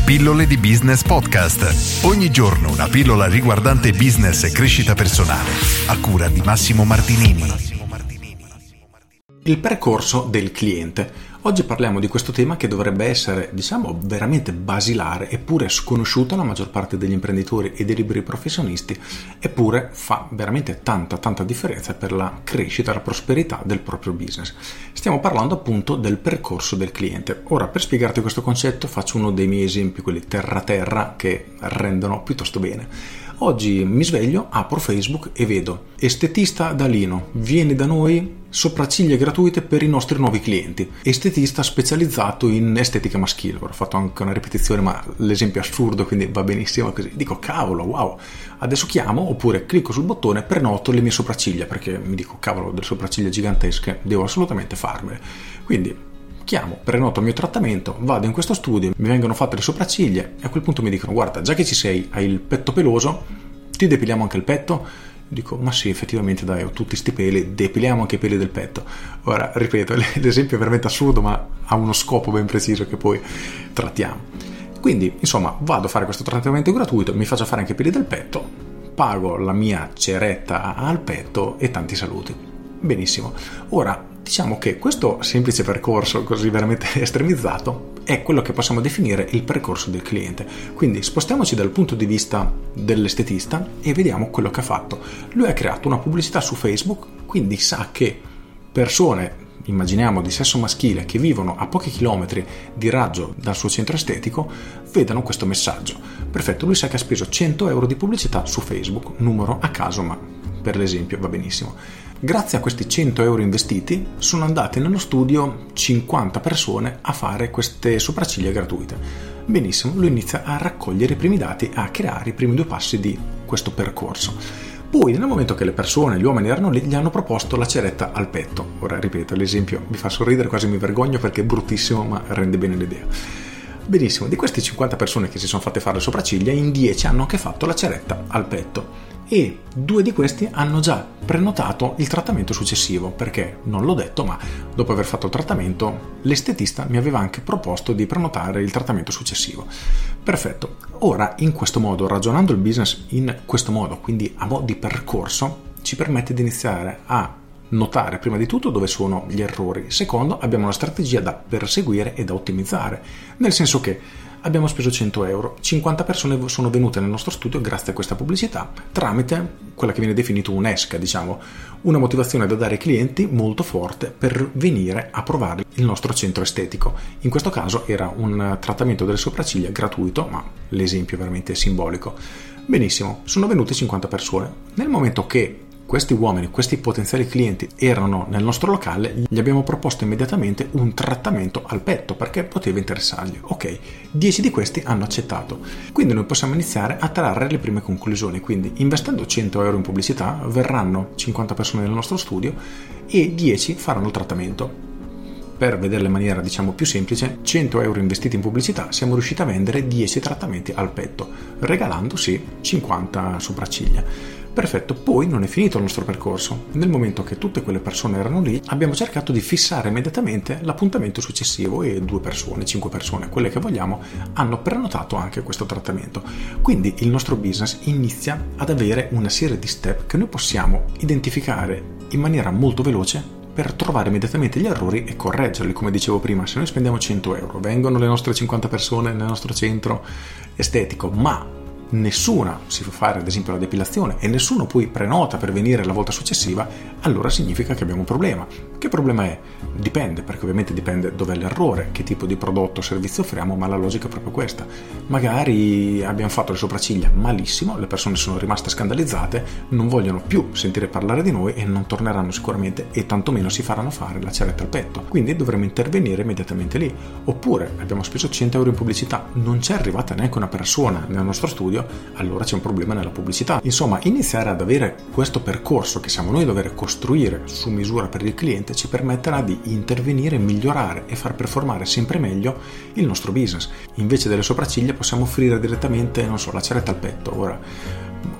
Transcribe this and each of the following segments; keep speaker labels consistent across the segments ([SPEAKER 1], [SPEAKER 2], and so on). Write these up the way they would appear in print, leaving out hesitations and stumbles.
[SPEAKER 1] Pillole di Business Podcast. Ogni giorno una pillola riguardante business e crescita personale. A cura di Massimo Martinini.
[SPEAKER 2] Il percorso del cliente. Oggi parliamo di questo tema che dovrebbe essere, veramente basilare, eppure sconosciuto alla maggior parte degli imprenditori e dei liberi professionisti, eppure fa veramente tanta differenza per la crescita e la prosperità del proprio business. Stiamo parlando appunto del percorso del cliente. Ora, per spiegarti questo concetto, faccio uno dei miei esempi, quelli terra che rendono piuttosto bene. Oggi mi sveglio, apro Facebook e vedo estetista Dalino, vieni da noi, sopracciglia gratuite per i nostri nuovi clienti. Estetista specializzato in estetica maschile. Ora ho fatto anche una ripetizione, ma l'esempio è assurdo, quindi va benissimo così. Dico, cavolo, wow, adesso chiamo oppure clicco sul bottone, prenoto le mie sopracciglia, perché mi dico, cavolo, delle sopracciglia gigantesche, devo assolutamente farmele. Quindi chiamo, prenoto il mio trattamento, vado in questo studio, mi vengono fatte le sopracciglia e a quel punto mi dicono, guarda, già che ci sei, hai il petto peloso, ti depiliamo anche il petto? Dico, ma sì, effettivamente dai, ho tutti sti peli, depiliamo anche i peli del petto. Ora, ripeto, l'esempio è veramente assurdo, ma ha uno scopo ben preciso che poi trattiamo. Quindi, insomma, vado a fare questo trattamento gratuito, mi faccio fare anche i peli del petto, pago la mia ceretta al petto e tanti saluti. Benissimo. Ora, diciamo che questo semplice percorso, così veramente estremizzato, è quello che possiamo definire il percorso del cliente. Quindi spostiamoci dal punto di vista dell'estetista e vediamo quello che ha fatto. Lui ha creato una pubblicità su Facebook, quindi sa che persone, immaginiamo di sesso maschile, che vivono a pochi chilometri di raggio dal suo centro estetico, vedano questo messaggio. Perfetto, lui sa che ha speso 100 euro di pubblicità su Facebook, numero a caso, ma per l'esempio va benissimo. Grazie a questi 100 euro investiti sono andate nello studio 50 persone a fare queste sopracciglia gratuite. Benissimo, lui inizia a raccogliere i primi dati, a creare i primi due passi di questo percorso. Poi, nel momento che le persone, gli uomini erano lì, gli hanno proposto la ceretta al petto. Ora, ripeto, l'esempio mi fa sorridere, quasi mi vergogno perché è bruttissimo, ma rende bene l'idea. Benissimo, di queste 50 persone che si sono fatte fare le sopracciglia, in 10 hanno anche fatto la ceretta al petto. E 2 di questi hanno già prenotato il trattamento successivo, perché non l'ho detto, ma dopo aver fatto il trattamento l'estetista mi aveva anche proposto di prenotare il trattamento successivo. Perfetto. Ora, in questo modo, ragionando il business in questo modo, quindi a mo' di percorso, ci permette di iniziare a notare prima di tutto dove sono gli errori. Secondo, abbiamo una strategia da perseguire e da ottimizzare, nel senso che abbiamo speso 100 euro, 50 persone sono venute nel nostro studio grazie a questa pubblicità tramite quella che viene definita un'esca, una motivazione da dare ai clienti molto forte per venire a provare il nostro centro estetico. In questo caso era un trattamento delle sopracciglia gratuito, ma l'esempio è veramente simbolico. Benissimo, sono venute 50 persone. Nel momento che questi uomini, questi potenziali clienti erano nel nostro locale, gli abbiamo proposto immediatamente un trattamento al petto perché poteva interessargli. Ok, 10 di questi hanno accettato. Quindi noi possiamo iniziare a trarre le prime conclusioni. Quindi investendo 100 euro in pubblicità verranno 50 persone nel nostro studio e 10 faranno il trattamento. Per vederla in maniera più semplice, 100 euro investiti in pubblicità, siamo riusciti a vendere 10 trattamenti al petto, regalandosi 50 sopracciglia. Perfetto, poi non è finito il nostro percorso. Nel momento che tutte quelle persone erano lì, abbiamo cercato di fissare immediatamente l'appuntamento successivo e 2 persone, 5 persone, quelle che vogliamo, hanno prenotato anche questo trattamento. Quindi il nostro business inizia ad avere una serie di step che noi possiamo identificare in maniera molto veloce per trovare immediatamente gli errori e correggerli. Come dicevo prima, se noi spendiamo 100 euro, vengono le nostre 50 persone nel nostro centro estetico, ma nessuna si fa fare ad esempio la depilazione e nessuno poi prenota per venire la volta successiva, allora significa che abbiamo un problema. Che problema è? Dipende, perché ovviamente dipende dov'è l'errore, che tipo di prodotto o servizio offriamo, ma la logica è proprio questa. Magari abbiamo fatto le sopracciglia malissimo, le persone sono rimaste scandalizzate, non vogliono più sentire parlare di noi e non torneranno sicuramente e tantomeno si faranno fare la ceretta al petto. Quindi dovremo intervenire immediatamente lì. Oppure abbiamo speso 100 euro in pubblicità, non c'è arrivata neanche una persona nel nostro studio, allora c'è un problema nella pubblicità. Insomma, iniziare ad avere questo percorso che siamo noi a dover costruire su misura per il cliente ci permetterà di intervenire, migliorare e far performare sempre meglio il nostro business. Invece delle sopracciglia possiamo offrire direttamente, la ceretta al petto. Ora,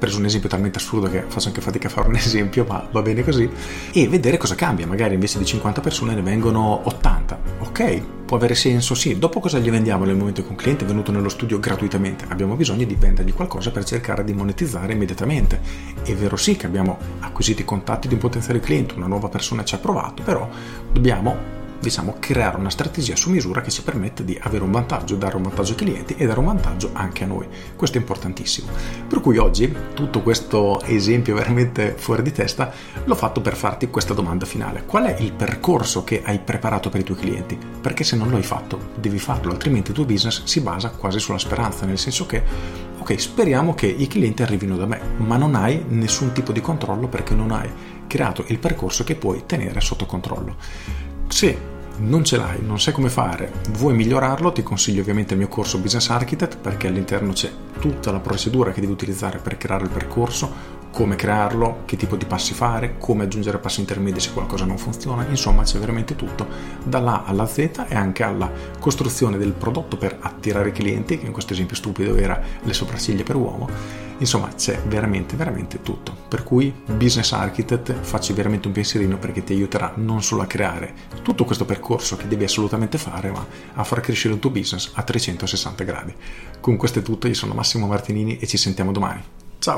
[SPEAKER 2] preso un esempio talmente assurdo che faccio anche fatica a fare un esempio, ma va bene così, e vedere cosa cambia. Magari invece di 50 persone ne vengono 80. Ok, può avere senso, sì. Dopo cosa gli vendiamo nel momento che un cliente è venuto nello studio gratuitamente? Abbiamo bisogno di vendergli qualcosa per cercare di monetizzare immediatamente. È vero sì che abbiamo acquisito i contatti di un potenziale cliente, una nuova persona ci ha provato, però dobbiamo creare una strategia su misura che ci permette di avere un vantaggio, dare un vantaggio ai clienti e dare un vantaggio anche a noi. Questo è importantissimo. Per cui oggi tutto questo esempio veramente fuori di testa l'ho fatto per farti questa domanda finale. Qual è il percorso che hai preparato per i tuoi clienti? Perché se non lo hai fatto, devi farlo, altrimenti il tuo business si basa quasi sulla speranza, nel senso che ok, speriamo che i clienti arrivino da me, ma non hai nessun tipo di controllo perché non hai creato il percorso che puoi tenere sotto controllo. Se non ce l'hai, non sai come fare, vuoi migliorarlo, ti consiglio ovviamente il mio corso Business Architect, perché all'interno c'è tutta la procedura che devi utilizzare per creare il percorso, come crearlo, che tipo di passi fare, come aggiungere passi intermedi se qualcosa non funziona. Insomma, c'è veramente tutto, dalla A alla Z, e anche alla costruzione del prodotto per attirare i clienti, che in questo esempio stupido era le sopracciglia per uomo. Insomma, c'è veramente tutto. Per cui Business Architect, facci veramente un pensierino, perché ti aiuterà non solo a creare tutto questo percorso che devi assolutamente fare, ma a far crescere il tuo business a 360 gradi. Con questo è tutto, io sono Massimo Martinini e ci sentiamo domani. Ciao!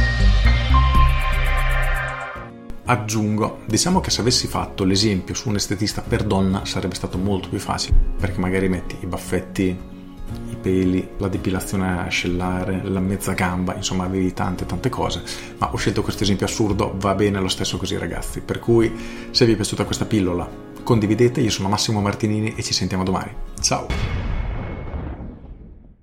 [SPEAKER 2] Aggiungo, diciamo che se avessi fatto l'esempio su un estetista per donna sarebbe stato molto più facile, perché magari metti i baffetti, i peli, la depilazione ascellare, la mezza gamba, insomma avevi tante cose, ma ho scelto questo esempio assurdo, va bene lo stesso così ragazzi. Per cui se vi è piaciuta questa pillola condividete, io sono Massimo Martinini e ci sentiamo domani. Ciao!